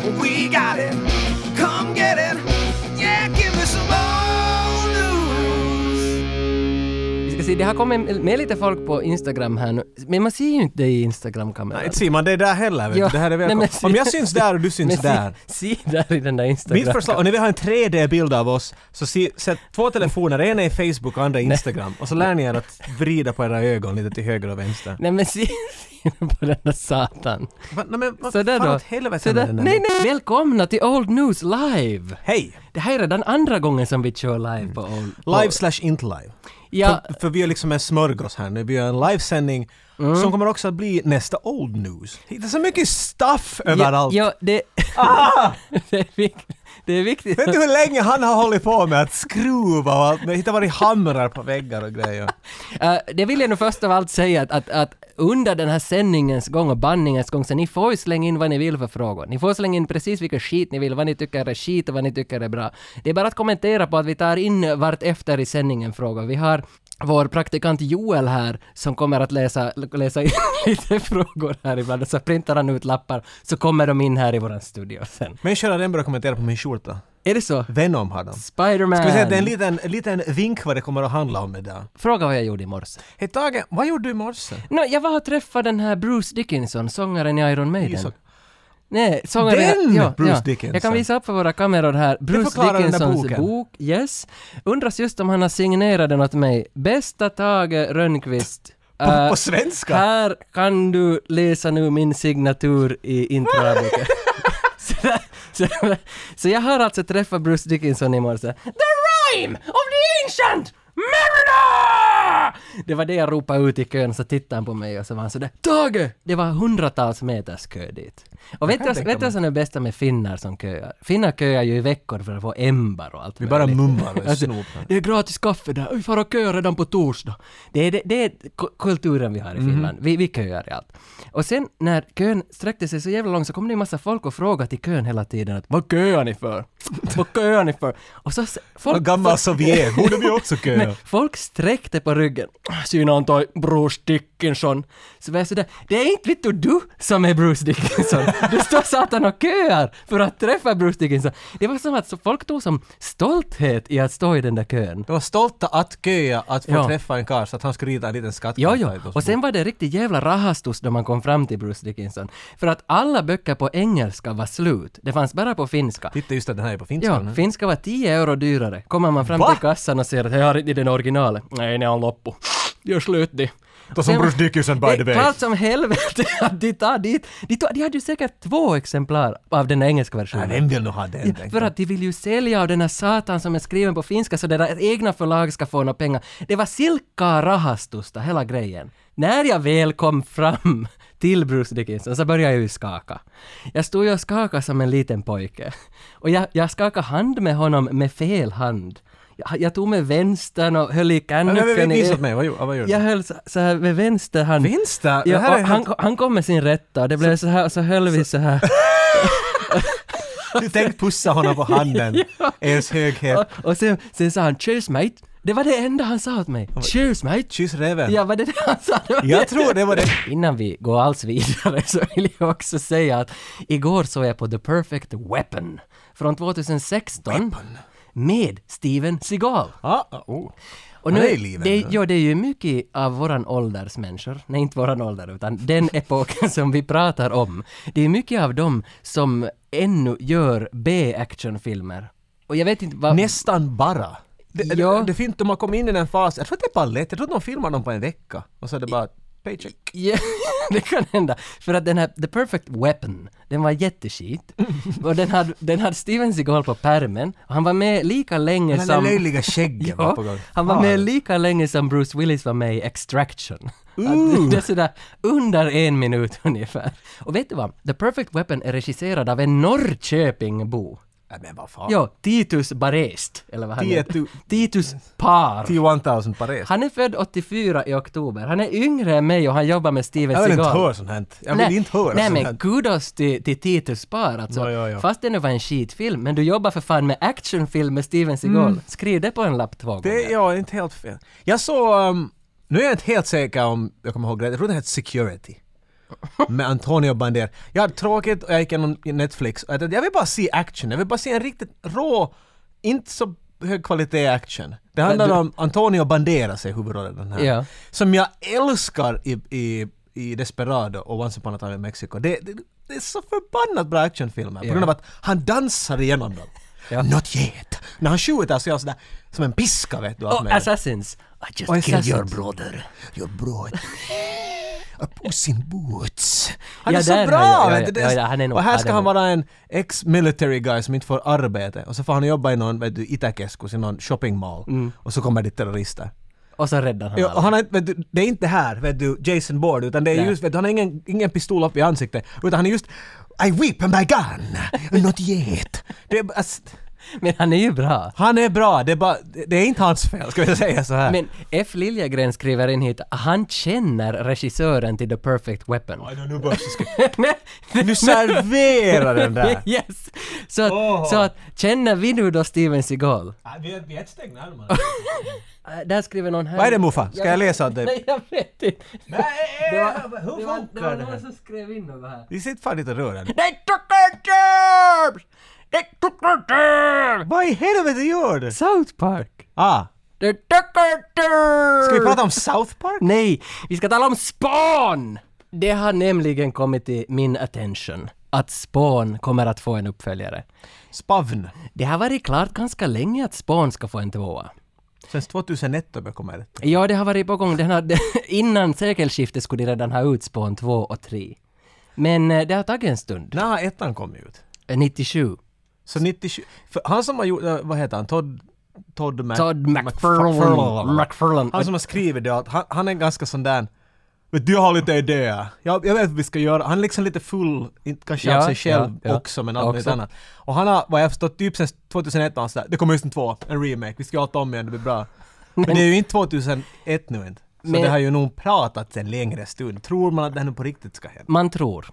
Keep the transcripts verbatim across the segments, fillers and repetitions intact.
We got it. Come get it. Yeah, give me some old news. Vi ska se, det har kommit med lite folk på Instagram här nu. Men man ser ju inte det i Instagram-kameran. Nej, inte ser man det där heller. Vet Ja, du. Det här är nej, men välkommen. Om jag syns där och du syns men där. Se, se där i den där Instagram. Mitt förslag, och när vi har en tre D-bild av oss så se, sätt två telefoner, en är i Facebook och andra i Instagram. Och så lär ni er att vrida på era ögon lite till höger och vänster. Nej men se, se på den där satan. Va, nej men vad Så där fan då. åt helvete Så med där, den där? nej, nej, välkomna till Old News Live. Hej! Det här är redan andra gången som vi kör live på Old... Live på, slash inte live. ja, För, för vi är liksom en smörgås här nu. Vi har en livesändning Mm. som kommer också att bli nästa Old News. Det är så mycket stuff överallt. Ja, ja det, Ah! det, är viktigt, det är viktigt. Vet du hur länge han har hållit på med att skruva och allt? Det hittar varit hamrar på väggar och grejer. Uh, det vill jag nog först av allt säga att, att, att under den här sändningens gång och bandningens gång så ni får ju slänga in vad ni vill för frågor. Ni får slänga in precis vilka skit ni vill, vad ni tycker är skit och vad ni tycker är bra. Det är bara att kommentera på att vi tar in vart efter i sändningen frågor. Vi har vår praktikant Joel här som kommer att läsa, läsa in lite frågor här ibland. Så printar han ut lappar så kommer de in här i våran studio sen. Människor har redan börjat kommentera på min skjorta. Är det så? Venom har de. Spider-Man. Ska vi säga att det är en liten, en liten vink vad det kommer att handla om idag. Fråga vad jag gjorde i morse. Hej Tage, vad gjorde du i morse? No, jag var och träffade den här Bruce Dickinson, sångaren i Iron Maiden. Isak. Nej, sångaren... Den ja, Bruce ja. Dickinson. Jag kan visa upp för våra kameror här. Bruce förklarar den där Dickinsons boken. bok. Yes. Undras just om han har signerat den åt mig. Bästa Tage Rönnqvist. På, Uh, på svenska? Här kan du läsa nu min signatur i introboken. så, så, så jag har alltså träffat Bruce Dickinson i morse. The rhyme of the ancient Mariner! Det var det jag ropade ut i kön, så tittade han på mig och så var han sådär Tage! Det var hundratals meters kö dit. Och vet du vet vad som är bästa med finnar som köar? Finnar köar ju i veckor för att få ämbar och allt. Vi bara mummar och Alltså, snopar. det är gratis kaffe där. Vi får ha kö redan på torsdag. Det är, det, det är k- kulturen vi har i Finland. Vi, vi köar i allt. Och sen när kön sträckte sig så jävla långt så kom det en massa folk och frågade till kön hela tiden att vad köar ni för? Vad köar ni för? Och så folk, Vad gammal Sovjet, borde vi också köa? men folk sträckte på ryggen. Syna on toi Bruce Dickinson. Så var jag sådär, det är inte vet du, du som är Bruce Dickinson. Du står satan och köar för att träffa Bruce Dickinson. Det var som att så folk tog som stolthet i att stå i den där kön. De var stolta att köa att få Ja. träffa en karl så att han skulle rita en liten skatt. Jo, jo. Och sen var det riktigt jävla rahastus då man kom fram till Bruce Dickinson. För att alla böcker på engelska var slut. Det fanns bara på finska. Titta just att den här är på finska. Ja, nu. finska var tio euro dyrare. Kommer man fram Va? till kassan och ser att jag har inte den originalen. Nej, ne on loppu. Gör slut det. Då som Bruce Dickinson by the Det way. är klart som helvete att de tar dit. De, tog, de hade ju säkert två exemplar av den engelska Ja, versionen. vem vill nog ha den? Ja, tänkte för jag. att de vill ju sälja av den här satan som är skriven på finska så deras egna förlag ska få några pengar. Det var silka rahastusta, hela grejen. När jag väl kom fram till Bruce Dickinson så började jag ju skaka. Jag stod ju och skakade som en liten pojke. Och jag, jag skakade hand med honom med fel hand. Jag, jag tog med vänstern och höll i Ja, kannucken. men, visa i- åt mig, vad, gjorde- vad gjorde jag du? höll så, så här med vänster hand. Vänster? Det Ja, här är och han, helt- han kom med sin rätta och det blev så här och så höll vi så här. Du tänkte pussa honom på handen. Ja. Ers höghet. Och, och sen, sen sa han cheers mate. Det var det enda han sa åt mig. Cheers mate. Kyss räven. Ja, var det det han sa? Det var Jag det. tror det var det. Innan vi går alls vidare så vill jag också säga att igår såg jag på The Perfect Weapon från tjugohundrasexton Weapon. med Steven Seagal. Ah, ah, oh. Och Han nu, är i livet det, nu. ja, det är ju mycket av våran ålders människor. Nej, inte våran ålder, utan den epoken som vi pratar om. Det är mycket av dem som ännu gör B-actionfilmer. Och jag vet inte vad... Nästan bara. Det, Ja. det, det finns, de har kommit in i den fasen. Jag tror att det är bara lätt. Jag tror att de filmar dem på en vecka. Och så är det bara paycheck. Ja, det kan hända. För att den här The Perfect Weapon, den var jätteskit. Och den hade, den hade Steven Seagal på pärmen. Och han var med lika länge Den där som... löjliga skäggen var Ja, på gång. han var Fan. med lika länge som Bruce Willis var med i Extraction. Ooh. Att det är sådär under en minut ungefär. Och vet du vad? The Perfect Weapon är regisserad av en Norrköpingbo. Nej, men vad fan. Ja, Titus Barest. Eller vad han Tietu- heter. Titus Par. T tusen Paris. Han är född åttiofyra i oktober. Han är yngre än mig och han jobbar med Steven Jag vill Seagal. inte höra sånt här. Jag vill inte höra nej, sånt men här. kudos till, till Titus Par alltså. Ja, ja, ja. Fast det nu var en skitfilm, men du jobbar för fan med actionfilm med Steven Seagal. Mm. Skriv det på en lapp två Det gånger. är ja, inte helt fel. Jag såg... Um, nu är jag inte helt säker om jag kommer ihåg det. Jag tror det heter Security. med Antonio Banderas. Jag hade tråkigt och jag gick igenom Netflix och jag tänkte, jag vill bara se action. Jag vill bara se en riktigt rå, inte så hög kvalitet action. Det handlar du... om Antonio Banderas i huvudrollen den här. Ja. Som jag älskar i, i, i Desperado och Once upon a time in Mexico. Det, det, det är så förbannat bra actionfilmer. Ja. På grund av att han dansar igenom dem. Ja. Not yet. När han skjuter så är han sådär som en piska, vet du. Oh, Assassins. I just oh, killed your brother. Your brother. A puss in boots. Han ja, är så bra! Ja, vet du. ja, ja, han är nog, och här ska han nog. vara en ex-military guy som inte får arbete. Och så får han jobba i någon, vet du, Itäkeskus, i någon shopping mall. Mm. Och så kommer det terrorister. Och så räddar han ja, och han har, vet du, det är inte här, vet du, Jason Bourne, utan det är Nej. just, vet du, han har ingen, ingen pistol upp i ansiktet. Utan han är just I whip my gun! Not yet! Det är, alltså, men han är ju bra. Han är bra, det är, bara, det är inte hans fel, ska jag säga så här. Men F. Liljegren skriver in hit, han känner regissören till The Perfect Weapon. Oj, nu bara du serverar den där. Yes! Så att, oh. så att känner vi nu då Steven Seagal? Ja, vi är, vi är ett steg närmare. Där skriver någon här. Vad är det, Muffa? Ska jag, jag läsa det? Nej, jag vet inte. Nej, det var, hur det var, funkar det var det någon här? som skrev in något här. Vi sitter fan lite rörande. They took their jobs! They took their jobs! Vad i helvete gör det? South Park. Ah. They took their jobs! Ska vi prata om South Park? Nej, vi ska tala om Spawn! Det har nämligen kommit till min attention att Spawn kommer att få en uppföljare. Spavn. Det har varit klart ganska länge att Spawn ska få en tvåa. Sen tjugohundraett då kommer det. Ja, det har varit på gång. Den har, innan sekelskiftet skulle de redan ha ut Spawn två och tre. Men eh, det har tagit en stund. När har ettan kommit ut? nittiosju. Så nittiosju. För han som har gjort, äh, vad heter han? Todd... Todd, Mac, Todd McFarlane. McFarlane. Han som har skrivit det, att han, han är ganska sån där... Vet du, jag har lite idéer. Jag, jag vet vad vi ska göra. Han är liksom lite full, inte kanske ja, av sig själv ja, ja. också, men allt annat. Och han har, vad jag förstått, typ sen tjugohundraett han sådär, det kommer just en två, en remake, vi ska göra allt om igen, det blir bra. Men det är ju inte tjugohundraett nu inte. Så men, det har ju nog pratat en längre stund. Tror man att det här nu på riktigt ska hända? Man tror.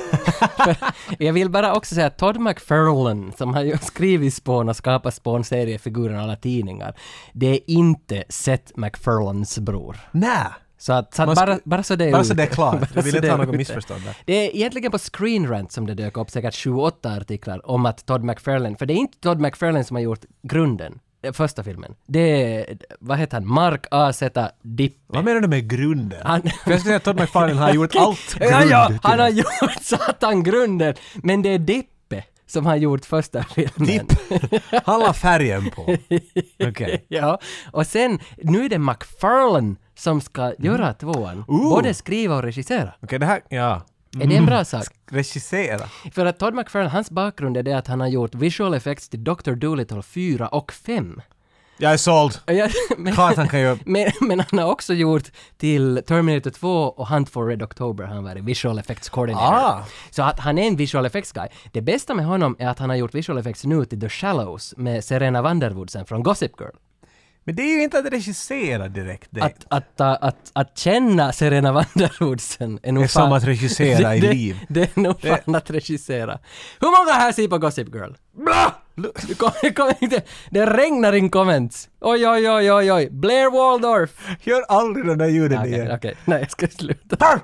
Jag vill bara också säga att Todd McFarlane, som har ju skrivit Spawn och skapat Spawn-seriefiguren och alla tidningar, det är inte Seth MacFarlanes bror. Nej. Så att, så att bara, sk- bara så det är bara ut. så det är klart. Jag vill inte ha något ute. missförstånd där. Det är egentligen på Screen Rant som det dök upp säkert tjugoåtta artiklar om att Todd McFarlane, för det är inte Todd McFarlane som har gjort grunden, första filmen. Det är, vad heter han? Mark A. Z. Dippe. Vad menar du med grunden? Han, för jag skulle säga att Todd McFarlane har gjort allt grund. ja, ja, han har gjort satan grunden, men det är Dippe som har gjort första filmen. Dipp. Han la färgen på. Okej. Okay. Ja, och sen, nu är det McFarlane som ska mm. göra tvåan. Uh. Både skriva och regissera. Okej, okay, det här, ja. Mm. Är det en bra sak? Regissera. För att Todd McFarlane, hans bakgrund är det att han har gjort visual effects till doctor Dolittle fyra och fem. Jag är såld. Ja, men, Klart han kan göra. Men, men han har också gjort till Terminator två och Hunt for Red October. Han har varit visual effects coordinator. Ah. Så att han är en visual effects guy. Det bästa med honom är att han har gjort visual effects nu till The Shallows med Serena Vanderwoodsen från Gossip Girl. Men det är ju inte att regissera direkt. Det. Att, att, att, att, att känna Serena Vanderwoodsen är nog är fan, som att regissera i det, liv. Det, det är nog det. Fan att regissera. Hur många här ser på Gossip Girl? Du kom, kom inte. Det regnar in comments. Oj, oj, oj, oj, oj. Blair Waldorf. Gör aldrig den där ljuden okay, igen. Okej, okay. Nej, jag ska sluta.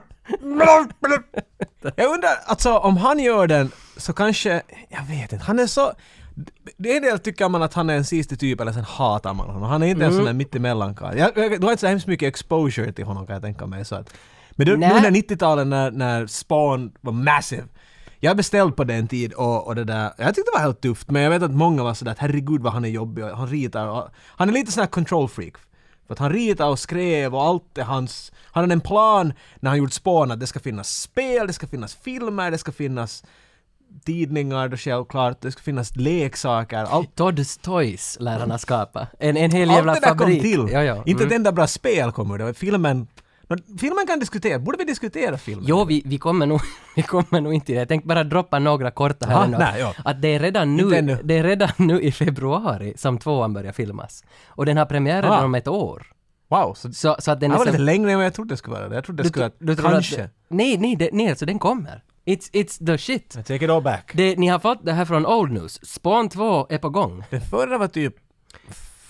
Jag undrar, alltså om han gör den så kanske, jag vet inte, han är så... Det är det tycker man att han är en sista typ eller sen hatar man honom. Han är inte mm. en sån där mittemellankarl. Jag, jag, du har inte så hemskt mycket exposure till honom kan jag tänka mig. Så att, men du, nu när nittiotalet när, när Spawn var massive, jag beställde på den tid och, och det där, jag tyckte det var helt tufft, men jag vet att många var sådär att herregud vad han är jobbig och han ritar och, han är lite sån här control freak. För att han ritar och skrev och allt är hans, han hade en plan när han gjort Spawn att det ska finnas spel, det ska finnas filmer, det ska finnas tidningar då självklart, det ska finnas leksaker. Allt. Todd's Toys lär han skapa. En, en hel jävla allt det där fabrik. kom till. Ja, ja. Mm. Inte ett enda bra spel kommer det. Filmen, filmen kan diskutera. Borde vi diskutera filmen? Jo, vi, vi, kommer nog, vi kommer nog inte till det. Jag tänkte bara droppa några korta här. Ah, nej, ja. Att det är, redan nu, det är redan nu i februari som tvåan börjar filmas. Och den har premiär redan ah. om ett år. Wow, så, så, så att den är var så, lite längre än vad jag trodde det skulle vara. Jag trodde det skulle du, du vara kanske. Att, nej, nej, det, nej, så den kommer. It's, it's the shit. I take it all back. Det, ni har fått det här från Old News. Spawn två är på gång. Den förra var typ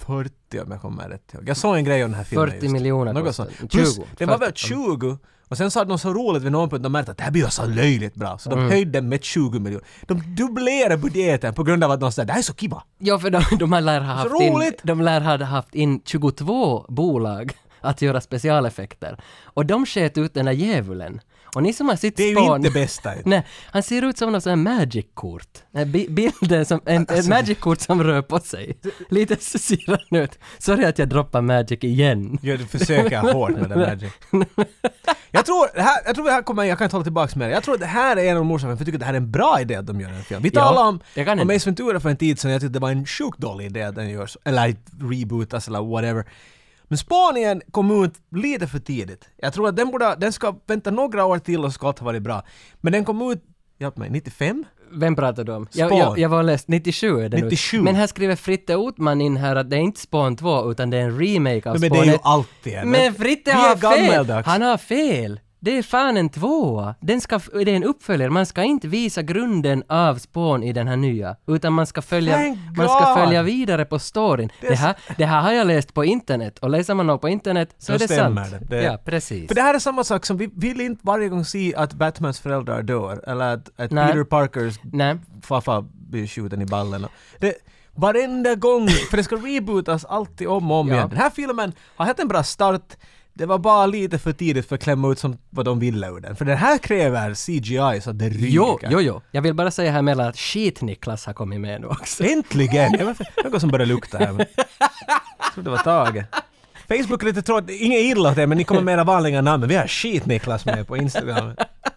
fyrtio om jag kommer rätt ihåg. Jag såg en grej om den här filmen fyrtio miljoner kostade. Plus, tjugo. det var väl tjugo och sen så hade de så roligt vid någon punkt de märkte att det här blir så löjligt bra så de mm. höjde med tjugo miljoner. De dubblerade budgeten på grund av att de sa det här är så kiva. Ja, för de, de har lär ha haft så in, roligt. de lär ha haft in tjugotvå bolag att göra specialeffekter. Och de sket ut den här djävulen. Och ni som har sitt det är spån... ju inte bästa. Nej, han ser ut som någon sån här magic-kort. B- bilden som... En, alltså, en magic-kort som rör på sig. Lite så ser han ut. Sorry att jag droppar magic igen. Ja, du försöker hårt med det magic. Jag tror, det här, jag tror det här kommer... Jag kan ta tillbaka med det. Jag tror att det här är en av de orsakerna för jag tycker att det här är en bra idé att de gör en film. Vi talade ja, om, om Ace Ventura för en tid sedan. Jag tyckte det var en sjukt dålig idé att den görs. Eller rebootas eller whatever. Men spåningen kom ut lite för tidigt. Jag tror att den, borde, den ska vänta några år till och ska allt ha varit bra. Men den kom ut, hjälp mig, nittiofem? Vem pratar du om? Jag, jag, jag var läst, nittiosju är den nittiosju. Ut. Men här skriver Fritte Otman in här att det är inte Spawn två utan det är en remake av men Spawn. Men det är ju alltid en. Men Fritte Vi har är fel! gammeldags. Han har fel! Det är fan en tvåa. Den ska, det är en uppföljare. Man ska inte visa grunden av Spawn i den här nya. Utan man ska följa, man ska följa vidare på storyn. Det, det, här, det här har jag läst på internet. Och läser man något på internet så då är det sant. Det. Det, ja, precis. För det här är samma sak som vi vill inte varje gång se att Batmans föräldrar dör. Eller att, att Peter Parkers Nej. farfar blir skjuten i ballen. Det, varenda gång, för det ska rebootas alltid om och om ja. igen. Den här filmen har haft en bra start. Det var bara lite för tidigt för att klämma ut som vad de ville ur den. För den här kräver C G I så att det ryker. Jo, jo, jo. Jag vill bara säga här mellan att Skit-Niklas har kommit med nu också. Äntligen! Det var något som började lukta här. Men jag trodde det var Tage. Facebook är lite tråkigt. Inga illa åt det, men ni kommer med era vanliga namn. Men vi har Skit-Niklas med på Instagram.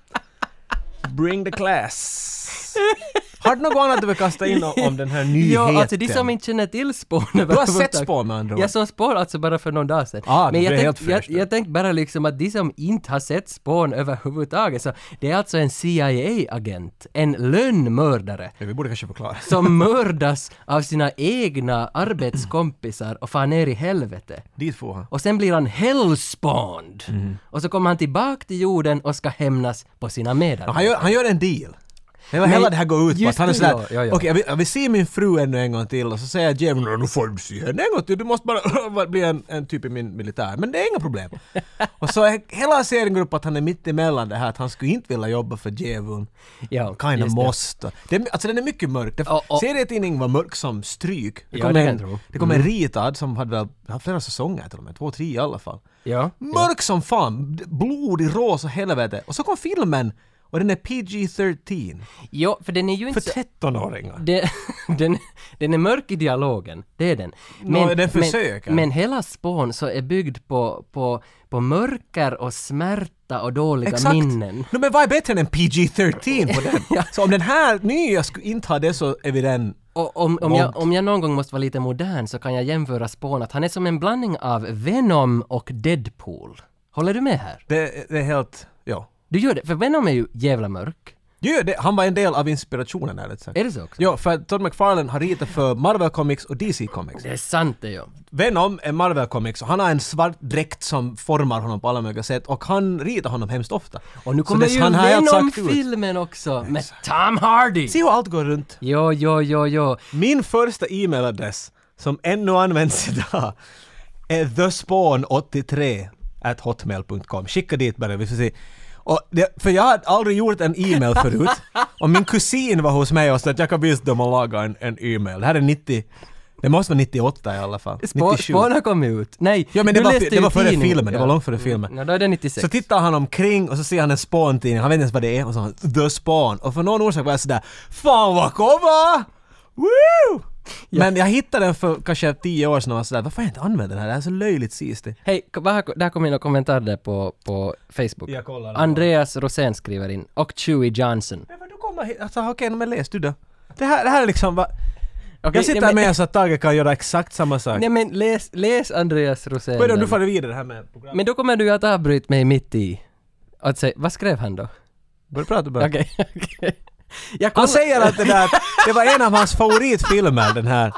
Bring the class. Har du något annat du vill kasta in om den här nyheten? Ja, alltså de som inte känner till Spawn. Du har sett Spawn med andra ord. Jag såg Spawn alltså bara för någon dag sedan. Ah, men jag helt tänkte jag, jag tänkt bara liksom att de som inte har sett Spawn överhuvudtaget, så det är alltså en C I A-agent, en lönnmördare. Ja, vi borde kanske förklara. Som mördas av sina egna arbetskompisar och far ner i helvete. Dit får han. Och sen blir han hellspawned. Mm. Och så kommer han tillbaka till jorden och ska hämnas på sina medarbetare. Han gör, han gör en deal. Det var hela det här går ut på att han är sådär, ja, ja, ja. okej, okay, jag, vill, jag vill se min fru ännu en gång till och så säger jag Jim, nu får du se henne en gång till, du måste bara bli en, en typ i min militär, men det är inga problem. Och så är hela serien går upp att han är mitt emellan det här, att han skulle inte vilja jobba för djävulen. Ja, kind of måste. Det, alltså den är mycket mörk. Det, oh, oh. Serietidningen var mörk som stryk. Det ja, kom det en, det kom en mm. ritad som hade väl haft flera säsonger till och med, två, tre i alla fall. Ja, mörk ja. som fan, blodig, rosa, helvete. Och så kom filmen och den är P G tretton. Jo, för den är ju inte... För tretton-åringar. Det, den, den är mörk i dialogen, det är den. Men, no, den försöker. Men, men hela Spawn så är byggd på, på, på mörker och smärta och dåliga Exakt. minnen. No, men vad är bättre än en P G tretton på den? ja. Så om den här nya skulle inte ha det så är vi den... Och om, om, jag, om jag någon gång måste vara lite modern så kan jag jämföra Spawn att han är som en blandning av Venom och Deadpool. Håller du med här? Det, det är helt... Ja. Du gör det, för Venom är ju jävla mörk. Jo, det, han var en del av inspirationen här. Är det så också? Ja, för Todd McFarlane har ritat för Marvel Comics och D C Comics. Det är sant det, ja. Venom är Marvel Comics och han har en svart dräkt som formar honom på alla möjliga sätt och han ritar honom hemskt ofta. Och nu kommer ju Venom-filmen också med Tom Hardy. Se hur allt går runt. Jo, jo, jo, jo. Min första e-mailadress som ännu används idag är thespawn åttiotre at hotmail dot com. Skicka dit bara, vi får se. Och det, för jag hade aldrig gjort en e-mail förut. Och min kusin var hos mig och sa att jag kan visa dem att laga en, en e-mail. Det här är nittio... Det måste vara nittioåtta i alla fall. nittiosju. Spawn har kommit ut. Nej, ja, men det du var, läste det var före tidning. filmen. Det ja. var långt före filmen. Ja, då är det nittiosex. Så tittar han omkring och så ser han en Spawn-tidning. Han vet inte ens vad det är. Och så han, The Spawn. Och för någon orsak var jag sådär, fan vad komma! Woo! Ja. Men jag hittade den för kanske tio år sedan och var sådär, varför har jag inte använt den här? Det är så löjligt sist. Hej, där kom in en kommentar där på, på Facebook. Jag kollar. Andreas Rosén skriver in. Och Chewie Johnson. Men vad du kommer hit? Alltså okej, okay, men läs du då. Det här, det här är liksom va... Okay, jag sitter nej, men, med så att Tage kan göra exakt samma sak. Nej men läs, läs Andreas Rosén. Vad är det, du får det vidare här med programmet? Men då kommer du att avbryta mig mitt i. Att säga, vad skrev han då? Börja prata bara. Okej, okay, okej. Okay. Han kolla... säger att det, där, det var en av hans favoritfilmer, den här.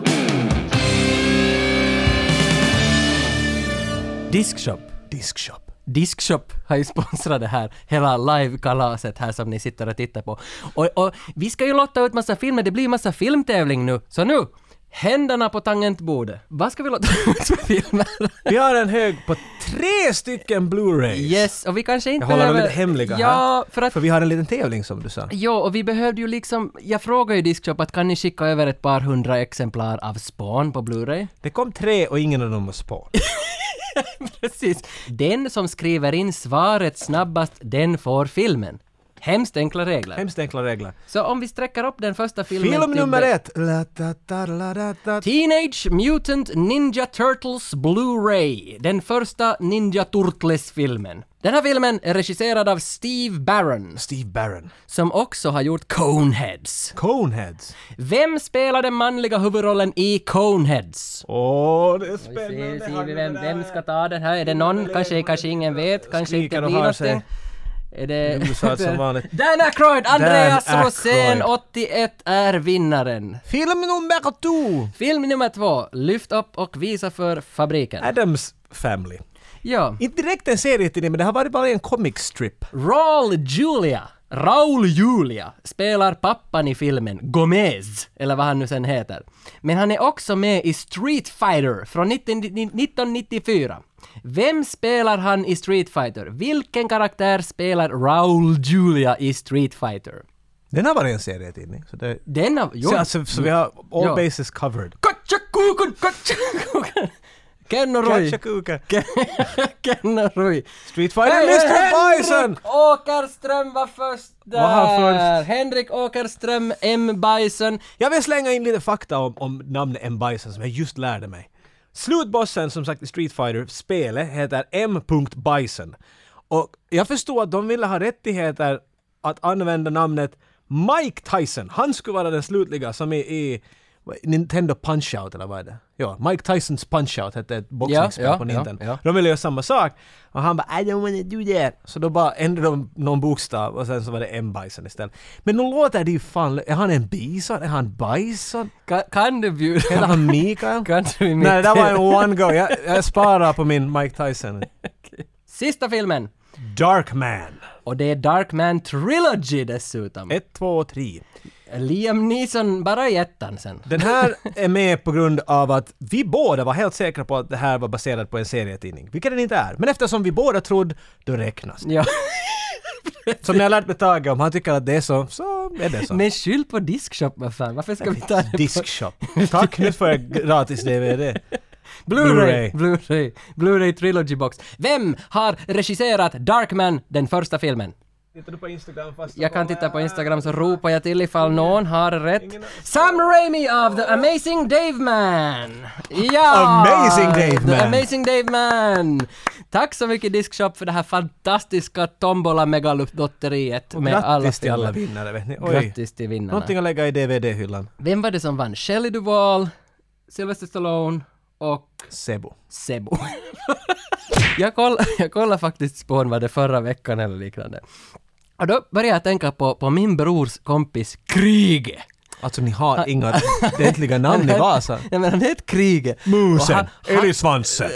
Diskshop. Diskshop. Diskshop har ju sponsrat det här hela live-kalaset här som ni sitter och tittar på. Och, och vi ska ju lotta ut massa filmer, det blir massa filmtävling nu. Så nu, Händerna på tangentbordet. Vad ska vi låta ut för filmer? Vi har en hög på tre stycken Blu-rays. Yes, och vi kanske inte Jag håller dem behöver... lite hemliga ja, här. För att... För vi har en liten tävling som du sa. Jo, och vi behövde ju liksom... Jag frågade ju Diskshop att kan ni skicka över ett par hundra exemplar av Spawn på Blu-ray? Det kom tre och ingen av dem var Spawn. Precis. Den som skriver in svaret snabbast, den får filmen. Hemskt enkla regler. Hemskt enkla regler. Så om vi sträcker upp den första filmen Film till nummer det- ett. La, da, da, la, da, da. Teenage Mutant Ninja Turtles Blu-ray. Den första Ninja Turtles-filmen. Den här filmen är regisserad av Steve Barron, Steve Barron. som också har gjort Coneheads. Coneheads. Vem spelar den manliga huvudrollen i Coneheads? Åh, det är Vi ser, spännande. ser vi vem, vem ska ta den här? Är det någon? Kanske, kanske ingen vet. Kanske Skriker inte och blir har sig. någonting. Är det... Du sa det som vanligt. Dan Aykroyd! Andreas Dan Rosén, Aykroyd. åttioett, är vinnaren. Film nummer två. Film nummer två. Lyft upp och visa för fabriken. Adams Family. Ja. Inte direkt en serietidning, men det har varit bara en comic strip. Raul Julia, Raul Julia, spelar pappan i filmen Gomez, eller vad han nu sen heter. Men han är också med i Street Fighter från nittonhundranittiofyra. Vem spelar han i Street Fighter? Vilken karaktär spelar Raul Julia i Street Fighter? Den har varit en serietidning. Så, det, Den har... Jo. så, alltså, så vi har all Ja. bases covered. Katjakukun, katjakukun. Ken och Roy. Katjakuka. Ken och Roy. Street Fighter, Hey, mister Bison! Henrik Åkerström var först där. Vad har först? Henrik Åkerström, M. Bison. Jag vill slänga in lite fakta om, om namnet M. Bison som jag just lärde mig. Slutbossen som sagt i Street Fighter-spelet heter M. Bison. Och jag förstod att de ville ha rättigheter att använda namnet Mike Tyson. Han skulle vara den slutliga som är i Nintendo Punch-Out eller vad är det? Ja, Mike Tysons Punch-Out hette ett boxningsspel Ja, ja, på Nintendo. ja, ja. De ville göra samma sak. Och han bara I don't wanna do that. Så då bara ändrade de någon bokstav och sen så var det M. Bison istället. Men nu låter det ju fan... Är han en bison? Är han Bison? Kan, kan du bjuda... Heter han Mikael? Kan du Nej, imitera? det där var en one go. Jag, jag sparar på min Mike Tyson. Sista filmen. Darkman. Och det är Darkman Trilogy dessutom. Ett, två, tre. Liam Neeson bara i ettan sen. Den här är med på grund av att vi båda var helt säkra på att det här var baserat på en serietidning. Vilket den inte är. Men eftersom vi båda trodde, då räknas det. Ja. Som ni har lärt mig Tage om, han tycker att det är så, så är det så. Men skyll på Diskshop, vad fan. Varför ska vi ta det på... Diskshop. Tack nu för gratis D V D. Blu-ray, Blu-ray, Blu-ray Trilogy Box. Vem har regisserat Darkman, den första filmen? Tittar du på Instagram fast Jag kan titta på Instagram så ropar jag till ifall någon har rätt. Sam Raimi av The Amazing Dave Man! Ja! Amazing Dave The Man. Amazing Dave Man! Tack så mycket Diskshop för det här fantastiska tombola megalotteriet Och med alla grattis till alla filmer. vinnare, vet ni. Oj. Grattis till vinnarna. Någonting att lägga i D V D-hyllan. Vem var det som vann? Shelley Duvall, Sylvester Stallone och Sebo. Sebo. jag, koll, jag kollade faktiskt Spawn var det förra veckan eller liknande. Och då började jag tänka på, på min brors kompis Krige. Alltså ni har inga ordentliga namn i Vasa. Jag menar, han heter Krige. Musen, Och han- han- älgsvansen,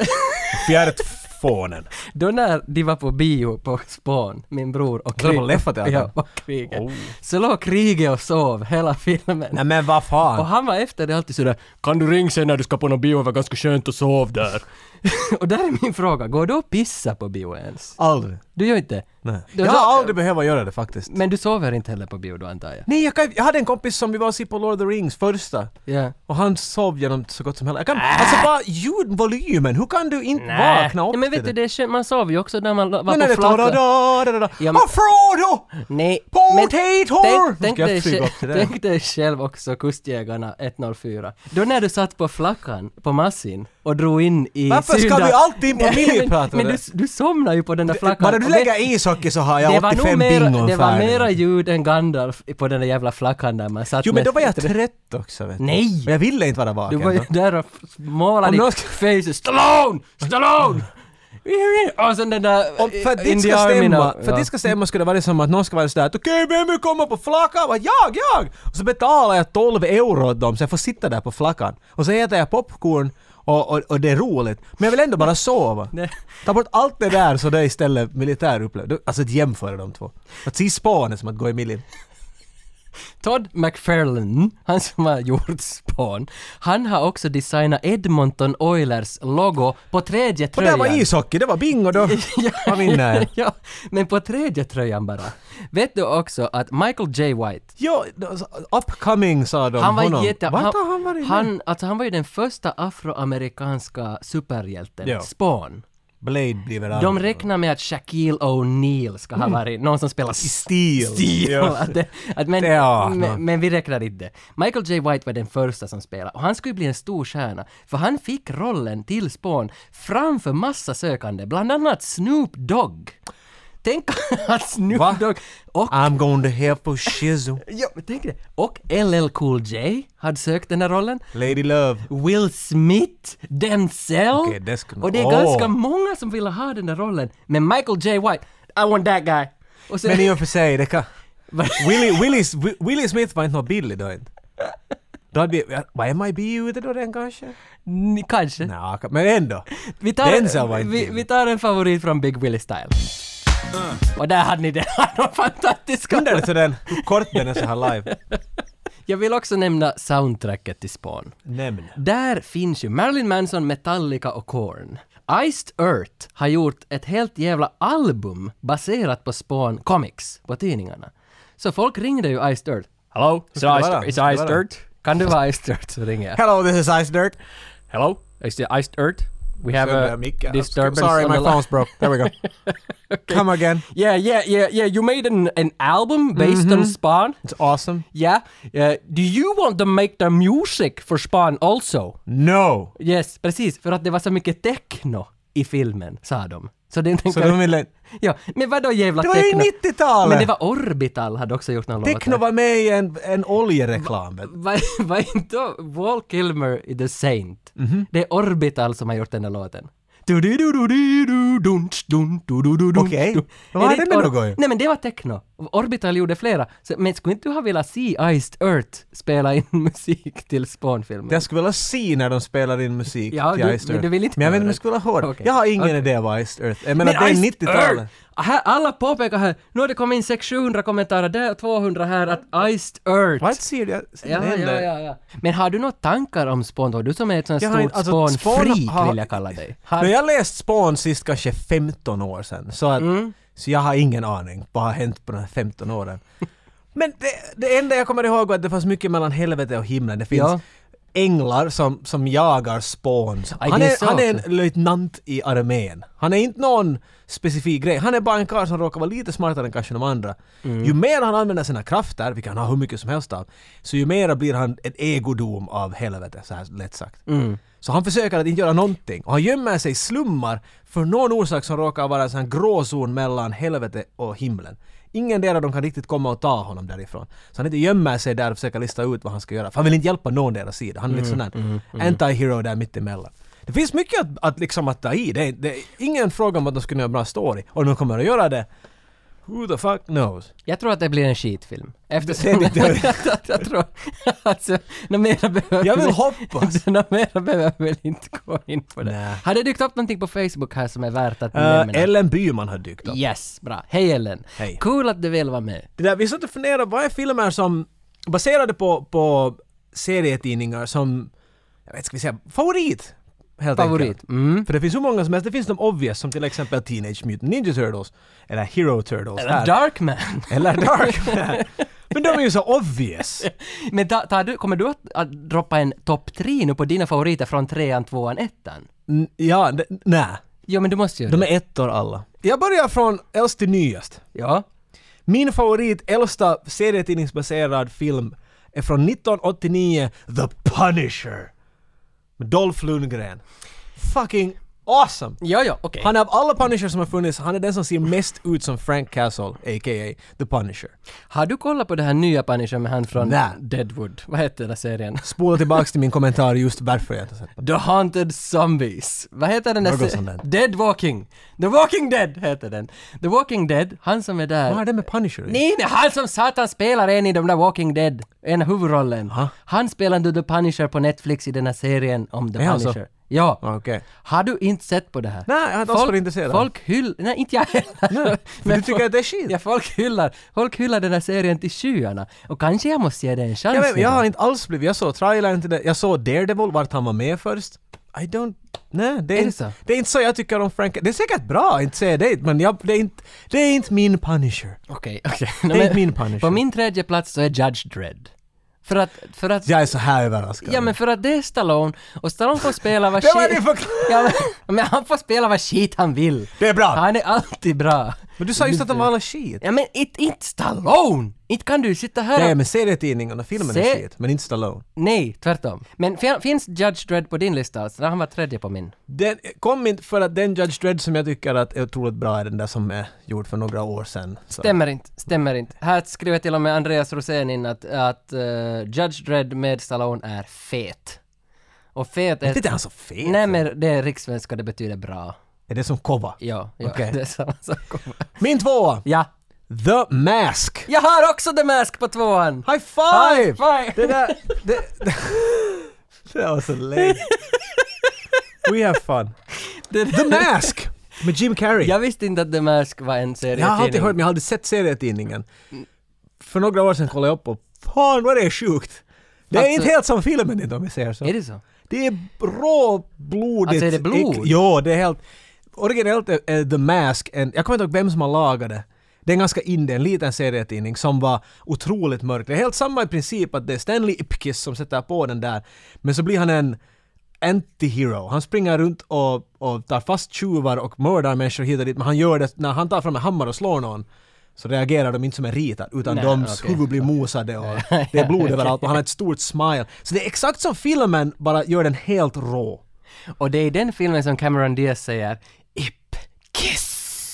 fjärtfånen. Då när de var på bio på Spawn, min bror och Så det var Leffa-teatern? ja, och Krige. Oh. Så låg Krige och sov hela filmen. Nej men vad Och fan. han var efter det alltid sådär, kan du ringa sen när du ska på någon bio, det var ganska skönt att sova där. Och där är min fråga, går du att pissa på bio ens? Aldrig. Du gör inte? Nej. Du Jag sa- har aldrig behövt göra det faktiskt. Men du sover inte heller på bio då antar jag? Nej, jag, kan, jag hade en kompis som vi var och se på Lord of the Rings första. Ja. Och han sov genom så gott som hela. Jag kan, alltså bara ljudvolymen, hur kan du inte vakna upp Ja, men vet du, till det är skönt, man sover ju också när man var Men är på det flaka. da-da-da-da-da? Ja, men- Och Frodo! Nej, Potator! tänk, tänk, Ska jag dig, flyga sj- upp till det? tänk dig själv också Kustjägarna ett noll fyra. Då när du satt på flackan på massin och drog in i Varför ska synda- vi alltid in på Nej, men, minipratare? men du, du somnar ju på den där flackan. Bara du Och lägger vet- ishockey så har det jag var nog åttiofem mera, bingon det var färdiga. mera ljud än Gandalf på den där jävla flackan där man satt Jo men med- då var jag trött också vet du. Nej! Och jag ville inte vara Du vaken var ju då. där och målade Om i någon ska- facet. Stallone! Stallone! Och sen den där Om, för att det ska stämma, för att det ska stämma skulle det vara som att någon ska vara sådär att okej, vem vill komma på flackan? Jag, jag, jag! Och så betalar jag tolv euro åt dem så jag får sitta där på flackan. Och så äter jag popcorn och, och, och det är roligt. Men jag vill ändå bara sova. Nej. Ta bort allt det där så det är istället militär upplevelse. Alltså att jämföra de två. Att se Spawn är som att gå i milin. Todd McFarlane, han som har gjort Spawn, han har också designat Edmonton Oilers logo på tredje Och tröjan. det var ishockey, det var bingo då. Vad vinner jag? Ja, men på tredje tröjan bara. Vet du också att Michael J. White, Jo, upcoming sa de han var honom. jätte... Vart han, har han varit? han, alltså han var ju den första afroamerikanska superhjälten, Ja. Spawn. Blade blir väl De räknar med att Shaquille O'Neal ska ha varit någon som spelar I stil. stil. Ja. Att det, att men, Ja, men, no. men vi räknar inte. Michael J. White var den första som spelade och han skulle bli en stor stjärna för han fick rollen till Spawn framför massa sökande, bland annat Snoop Dogg. Tänk att Snoop Va? Dogg och I'm going to hell for shizzle. ja, men tänk det. Och L L Cool J hade sökt den här rollen. Lady Love. Will Smith, Denzel. Okej, det skulle- och det är Åh. ganska många som vill ha den där rollen. Men Michael J. White, I want that guy. Och sen, Men i och för sig, det kan... Willie, Willie, Willie Smith var inte något billig då inte. Då hade vi... Var M I B ute då den kanske? Ni- kanske. Nja, men ändå. Vi tar, Denzel var inte vi, billig. vi tar en favorit från Big Willie Style. Och där hade ni den. De fantastiska. Undrar det så den, hur kort den är så här live. Jag vill också nämna soundtracket till Spawn. Nämn. Där finns ju Marilyn Manson, Metallica och Korn. Iced Earth har gjort ett helt jävla album baserat på Spawn Comics på tidningarna. Så folk ringde ju Iced Earth. Hello, ska det it's vara? Iced, Ska det it's Iced vara? Earth. Kan du vara Iced Earth så ringer jag. Hello, this is Ice Dirt. Hello, is it Iced Earth? We have a disturbance Sorry, on my the line. phone's broke. There we go. Come again. Yeah, yeah, yeah, yeah. You made an, an album based on Spawn. It's awesome. Yeah. Uh, do you want to make the music for Spawn also? No! Yes, precis. För att det var så mycket techno i filmen, sa de. Så, det, Så de ville... Ja, men vadå jävla Det var ju techno? nittiotalet! Men det var Orbital hade också gjort någon låt. Techno var med i en, en oljereklam. vet du. Var, var inte Val Kilmer i The Saint? Det är Orbital som har gjort den där låten. Okej. Vad har det med något att göra? Nej men det var techno. Orbital gjorde flera. Så, men skulle inte du ha velat se Iced Earth spela in musik till Spawn-filmen? Jag skulle vilja se när de spelar in musik Ja, till du- Iced men Earth. du vill inte Men jag vet inte om höra jag skulle vilja höra. Okej. Jag har ingen Okej. idé vad Iced Earth är. Men att det är Iced nittiotalet. Earth! Här, alla påpekar här, nu har det kommit in sex sjuhundra kommentarer där och tvåhundra här att Iced Earth. Vad ser jag? ser Ja, det ja, händer? ja, ja. Men har du några tankar om Spawn då? Du som är ett sånt Jag har stort inte- alltså, Spawn Spawn-freak har- vill jag kalla dig. Har, Men jag läst Spawn sist kanske femton år sedan. Så, att, Mm. så jag har ingen aning vad har hänt på de här femton åren. Men det, det enda jag kommer ihåg var att det fanns mycket mellan helvete och himlen. Det finns Ja. änglar som, som jagar spåns. Aj, Han det är är, så han är också. en löjtnant i armén. Han är inte någon specifik grej. Han är bara en karl som råkar vara lite smartare än kanske de andra. Mm. Ju mer han använder sina krafter, vilka han har hur mycket som helst av, så ju mer blir han ett egodom av helvete, så här lätt sagt. Mm. Så han försöker att inte göra någonting. Och han gömmer sig i slummar för någon orsak som råkar vara en sån här gråzon mellan helvete och himlen. Ingen del av dem kan riktigt komma och ta honom därifrån. Så han inte gömmer sig där och försöker lista ut vad han ska göra. För han vill inte hjälpa någon deras sida. Han är liksom en mm, anti-hero där mittemellan. Det finns mycket att, att, liksom att ta i. Det är, det är ingen fråga om att de skulle göra en bra story. Och om de kommer att göra det, who the fuck knows? Jag tror att det blir en skitfilm. Det är Eftersom... ditt- jag, jag tror... Alltså, något mera behöver Jag vill vi- hoppas. något mera behöver vi väl inte gå in på det. Nej. Har det dykt upp någonting på Facebook här som är värt att Uh, nämna? Ellen Byman har dykt upp. Yes, bra. Hej Ellen. Hej. Cool att du vill vara med. Det där, vi satt och funderade, vad är filmer som baserade på, på serietidningar som, jag vet ska vi säga, favorit? Helt Favorit. enkelt. Mm. För det finns så många som helst. Det finns de obvious som till exempel Teenage Mutant Ninja Turtles eller Hero Turtles. Eller här. Darkman. Eller Darkman. Men de är ju så obvious. Men ta, ta, du, kommer du att, att droppa en topp tre nu på dina favoriter från trean, tvåan, ettan? N- ja, d- nej. Jo, men du måste göra De det. är ettor alla. Jag börjar från äldst till nyast. Ja. Min favorit äldsta serietidningsbaserad film är från nittonhundraåttionio, The Punisher. Med Dolph Lundgren. Fucking awesome! Ja, ja, okej. Han är av alla Punishers som har funnits, han är den som ser mest ut som Frank Castle, a k a. The Punisher. Har du kollat på det här nya Punisher med han från Nej. Deadwood? Vad heter den här serien? Spola tillbaks till min kommentar just varför jag inte har sett den. The Haunted Zombies. Vad heter den där Något se- sånt där. Dead Walking. The Walking Dead heter den. The Walking Dead, han som är där. Vad har det med Punisher att göra? Nej, nej, han som satan spelar en i de där Walking Dead. En huvudrollen. Ha? Han spelade The Punisher på Netflix i den här serien om The Är han så? Punisher. Ja. Okej. Har du inte sett på det här? Nej, jag har inte alls varit intresserad. Folk hyllar... Nej, inte jag heller. Men du tycker att det är skit? Ja, folk hyllar, folk hyllar den här serien till skyarna. Och kanske jag måste ge det en chans. Jag, vet, jag nu. har inte alls blivit... Jag såg trailern till det. Jag såg Daredevil, vart han var med först. I don't... Nej, det är, Är det inte, så? det är inte så jag tycker om Frank... Det är säkert bra, inte säga det, men jag, det, är inte, det är inte min Punisher. Okej, okej. Det är inte min Punisher. På min tredje plats så är Judge Dredd. För att... För att Jag är så här överraskad. ja, men för att det är Stallone. Och Stallone får spela vad Det var skit... din förklaring! Ja, men, men han får spela vad skit han vill. Det är bra! Han är alltid bra. Men du sa just att de var alla skit. Ja, men inte inte Stallone! Inte kan du sitta här Nej, och... men serietidningarna och filmen Se- är skit, men inte Stallone. Nej, tvärtom. Men fin- finns Judge Dredd på din lista? Alltså, han var tredje på min. Den kom inte för att den Judge Dredd som jag tycker att är otroligt bra är den där som är gjord för några år sedan. Så. Stämmer inte, stämmer inte. Här skriver till och med Andreas Rosén in att, att uh, Judge Dredd med Stallone är fet. Och fet är... Är inte han så fet? Nej, men det är rikssvenska, det betyder bra. Är det som kova? Ja, ja Okej. det är samma sak. Min tvåa! Ja. The Mask! Jag har också The Mask på tvåan! High five! High five! Det där... Det, det, det var så lame. We have fun. Det- The Mask! Med Jim Carrey. Jag visste inte att The Mask var en serie. Jag har alltid hört, men jag har aldrig sett serietidningen. För några år sedan kollade jag upp och fan vad det är sjukt. Det är Alltså- inte helt som filmen inte om vi säger så. Är det så? Det är råblodigt. Alltså, är det blod? äck- Jo, det är helt... Originellt är, är The Mask en... Jag kommer inte ihåg vem som har lagat det. Det är en ganska indie, en liten serietidning som var otroligt mörk. Det är helt samma i princip att det är Stanley Ipkiss som sätter på den där. Men så blir han en anti-hero. Han springer runt och, och tar fast tjuvar och mördar människor hit och dit. Men han gör det när han tar fram en hammare och slår någon. Så reagerar de inte som en ritad utan Nej, deras okej. huvud blir mosade och det är blod överallt och han har ett stort smile. Så det är exakt som filmen, bara gör den helt rå. Och det är i den filmen som Cameron Diaz säger Ip, kiss!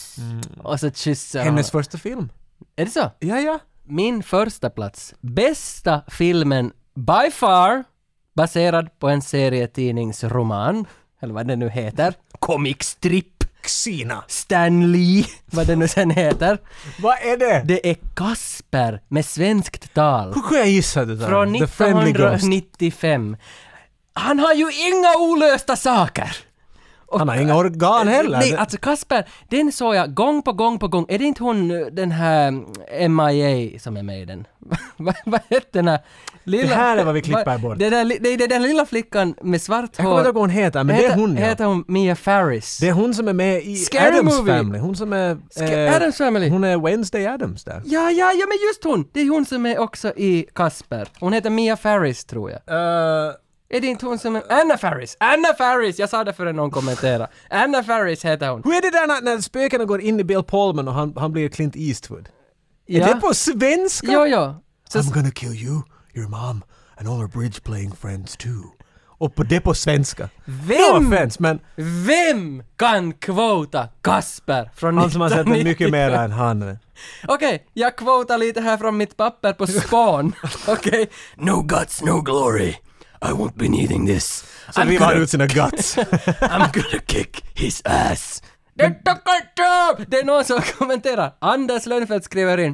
Och så kysser han. Hennes första film. Är det så? Ja, ja. Min första plats. Bästa filmen by far baserad på en serietidningsroman. Eller vad det nu heter. Comic strip. Xena. Stan Lee. Vad det nu sen heter. Vad är det? Det är Kasper med svenskt tal. Hur kan jag gissa det där? Från The Friendly Ghost. nittonhundraåttiofem. Han har ju inga olösta saker! Och- Han har inga organ heller. Nej, alltså Kasper, den såg jag gång på gång på gång. Är det inte hon, den här M I A som är med i den? Vad vad heter den här lilla... Det här är vad vi klipper Va- bort. Det där, li- det är den lilla flickan med svart Jag hår. kommer inte ihåg vad hon heter, men det är hon, ja. Heter hon Mia Farris? Det är hon som är med i Scary Addams Movie. Family. Hon som är... Ska- Addams Family. Hon är Wednesday Addams där. Ja, ja, ja, men just hon! Det är hon som är också i Kasper. Hon heter Mia Farris, tror jag. Uh, Är det inte hon som är... Anna Faris! Anna Faris! Jag sa det för någon kommenterade. Anna Faris heter hon. hur är det där när, när spökena går in i Bill Pullman och han, han blir Clint Eastwood? Ja. Är det på svenska? Jo, jo. Så, I'm gonna kill you, your mom and all her bridge playing friends too. Och på det på svenska. No vem, offense, men vem kan kvota Kasper från han som har sett den mycket nittonhundranittiofem? mer än han. Okej, jag kvotar lite här från mitt papper på Spawn. Okej. No guts, no glory. I won't be needing this. Så vi var ut sina guts. I'm gonna kick his ass. Det är Det är någon som kommenterar. Anders Lönnfeldt skriver in.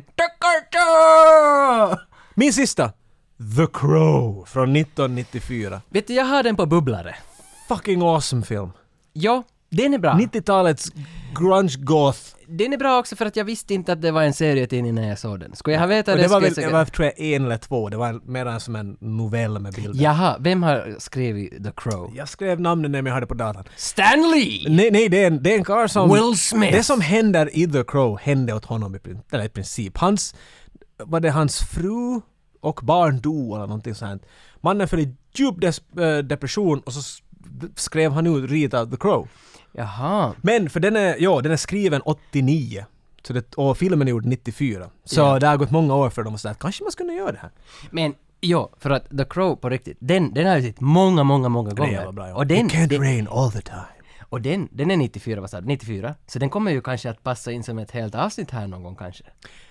Min sista. The Crow från nittonhundranittiofyra. Vet du, jag har den på bubblare. Fucking awesome film. Ja, den är bra. nittiotalets grunge goth. Den är bra också för att jag visste inte att det var en serietidning när jag såg den. Skulle jag ha vetat Och det, det var skulle väl, jag säkert... det var tror jag en eller två. Det var en- mer än som en novell med bilder. Jaha, vem har skrivit The Crow? Jag skrev namnen när jag hade på datan. Stan Lee! Nej, nej, det är en, det är en karl som... Will Smith! Det som händer i The Crow hände åt honom i, prin- eller i princip. Hans... Var det hans fru och barn dog eller någonting sånt. Mannen föll i djup des- äh, depression och så s- skrev han ut Rita The Crow. Jaha. Men för den är, ja, den är skriven åttionio. Så det, och filmen är gjord nittiofyra. Så Ja. det har gått många år för dem och så att kanske man skulle göra det här. Men, jo, för att The Crow på riktigt, den, den har jag sett många, många, många Det är gånger. jävla bra, ja. Och den, It can't den, rain all the time. och den, den är nittiofyra, vad sa du? nittiofyra? Så den kommer ju kanske att passa in som ett helt avsnitt här någon gång kanske.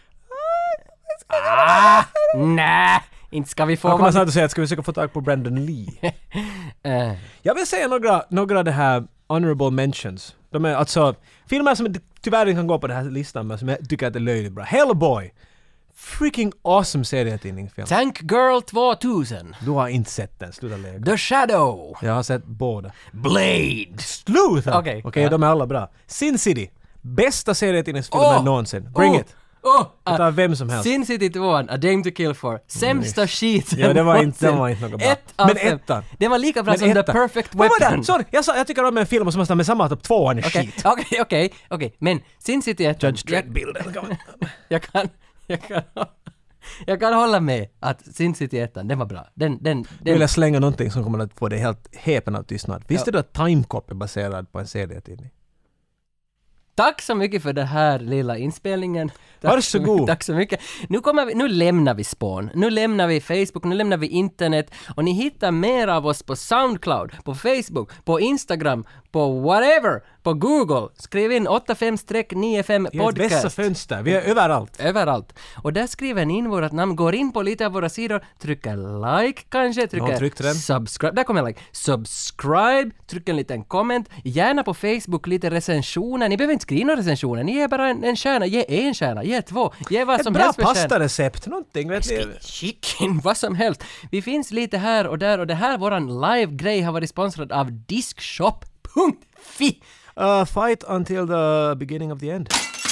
Ah, nej, inte ska vi få... Jag kommer snart att säga att ska vi försöka få tag på Brandon Lee. Eh, Jag vill säga några, några av det här honorable mentions. De är alltså filmer som tyvärr inte kan gå på den här listan men som jag tycker att är löjligt bra. Hellboy! freaking awesome serietidningsfilm. Tank Girl tvåtusen. Du har inte sett den, sluta lägga. The Shadow. Jag har sett båda. Blade. Sluta! Okej. Okej, Ja. de är alla bra. Sin City. Bästa serietidningsfilmen Åh! någonsin. Bring Oh! it. Oh, Det tar vem som helst. Sin City två, A Dame to Kill For. Sämsta skiten Ja, det var inte- det någonsin. var inte något bra. Ett av Men fem. ettan. Det var lika bra Men som The etta. Perfect Vad var Weapon. det? Sorry, jag, sa, jag tycker om en film som måste med samma att tvåan är Okej, skit. okej, okej, okej. Men Sin City ett. Judge jag, Dredd-bilden. jag kan, jag kan, jag kan hålla med att Sin City ett, den var bra. Den, den, Nu den. vill jag slänga någonting som kommer att få dig helt häpen av tystnad. Visste Ja. du att Time Cop är baserad på en serietidning? Tack så mycket för den här lilla inspelningen. Tack Varsågod. Så mycket, tack så mycket. Nu, kommer vi, nu lämnar vi Spawn. Nu lämnar vi Facebook, nu lämnar vi internet. Och ni hittar mer av oss på Soundcloud, på Facebook, på Instagram, på whatever, på Google. Skriv in åtta fem nio fem I ett vässa podcast. fönster. Vi är överallt. Överallt. Och där skriver ni in vårt namn, går in på lite av våra sidor, trycker like kanske, trycker tryckte den. subscribe, där kommer like, subscribe, trycker en liten comment, gärna på Facebook lite recensioner, ni behöver inte skriva några recensioner, ni ger bara en, en stjärna, ge en stjärna, ge två, ge vad Ett som bra helst för stjärna. pastarecept, någonting. Vet ni? Chicken, vad som helst. Vi finns lite här och där och det här våran live-grej har varit sponsrad av Diskshop punkt fi. Uh, fight until the beginning of the end.